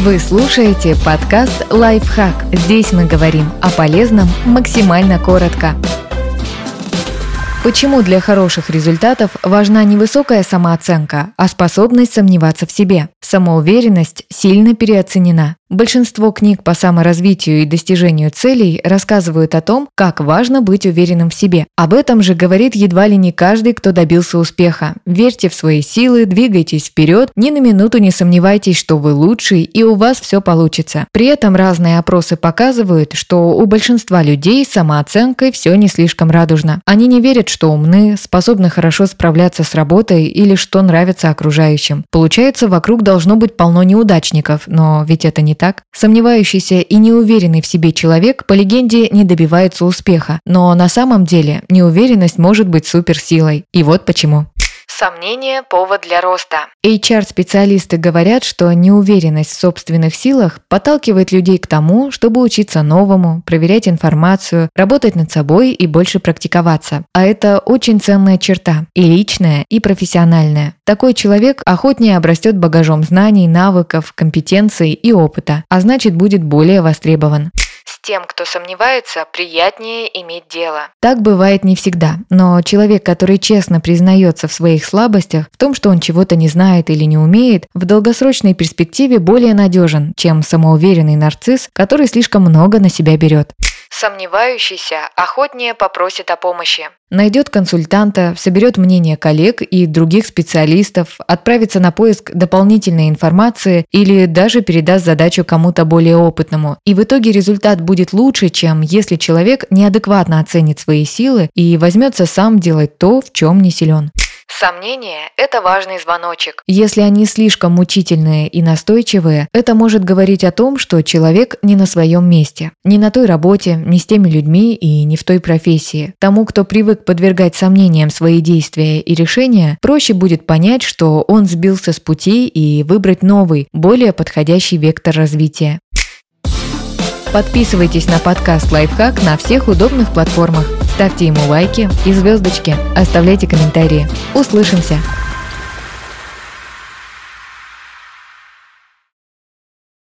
Вы слушаете подкаст «Лайфхак». Здесь мы говорим о полезном максимально коротко. Почему для хороших результатов важна не высокая самооценка, а способность сомневаться в себе? Самоуверенность сильно переоценена. Большинство книг по саморазвитию и достижению целей рассказывают о том, как важно быть уверенным в себе. Об этом же говорит едва ли не каждый, кто добился успеха. Верьте в свои силы, двигайтесь вперед, ни на минуту не сомневайтесь, что вы лучший и у вас все получится. При этом разные опросы показывают, что у большинства людей с самооценкой все не слишком радужно. Они не верят, что умны, способны хорошо справляться с работой или что нравится окружающим. Получается, вокруг должно быть полно неудачников, но ведь это не так. Сомневающийся и неуверенный в себе человек, по легенде, не добивается успеха, но на самом деле неуверенность может быть суперсилой. И вот почему. Сомнение – повод для роста. HR-специалисты говорят, что неуверенность в собственных силах подталкивает людей к тому, чтобы учиться новому, проверять информацию, работать над собой и больше практиковаться. А это очень ценная черта – и личная, и профессиональная. Такой человек охотнее обрастет багажом знаний, навыков, компетенций и опыта, а значит будет более востребован. С тем, кто сомневается, приятнее иметь дело. Так бывает не всегда, но человек, который честно признается в своих слабостях, в том, что он чего-то не знает или не умеет, в долгосрочной перспективе более надежен, чем самоуверенный нарцисс, который слишком много на себя берет. Сомневающийся охотнее попросит о помощи. Найдет консультанта, соберет мнение коллег и других специалистов, отправится на поиск дополнительной информации или даже передаст задачу кому-то более опытному. И в итоге результат будет лучше, чем если человек неадекватно оценит свои силы и возьмется сам делать то, в чем не силен. Сомнения – это важный звоночек. Если они слишком мучительные и настойчивые, это может говорить о том, что человек не на своем месте. Не на той работе, не с теми людьми и не в той профессии. Тому, кто привык подвергать сомнениям свои действия и решения, проще будет понять, что он сбился с пути и выбрать новый, более подходящий вектор развития. Подписывайтесь на подкаст «Лайфхак» на всех удобных платформах. Ставьте ему лайки и звездочки. Оставляйте комментарии. Услышимся!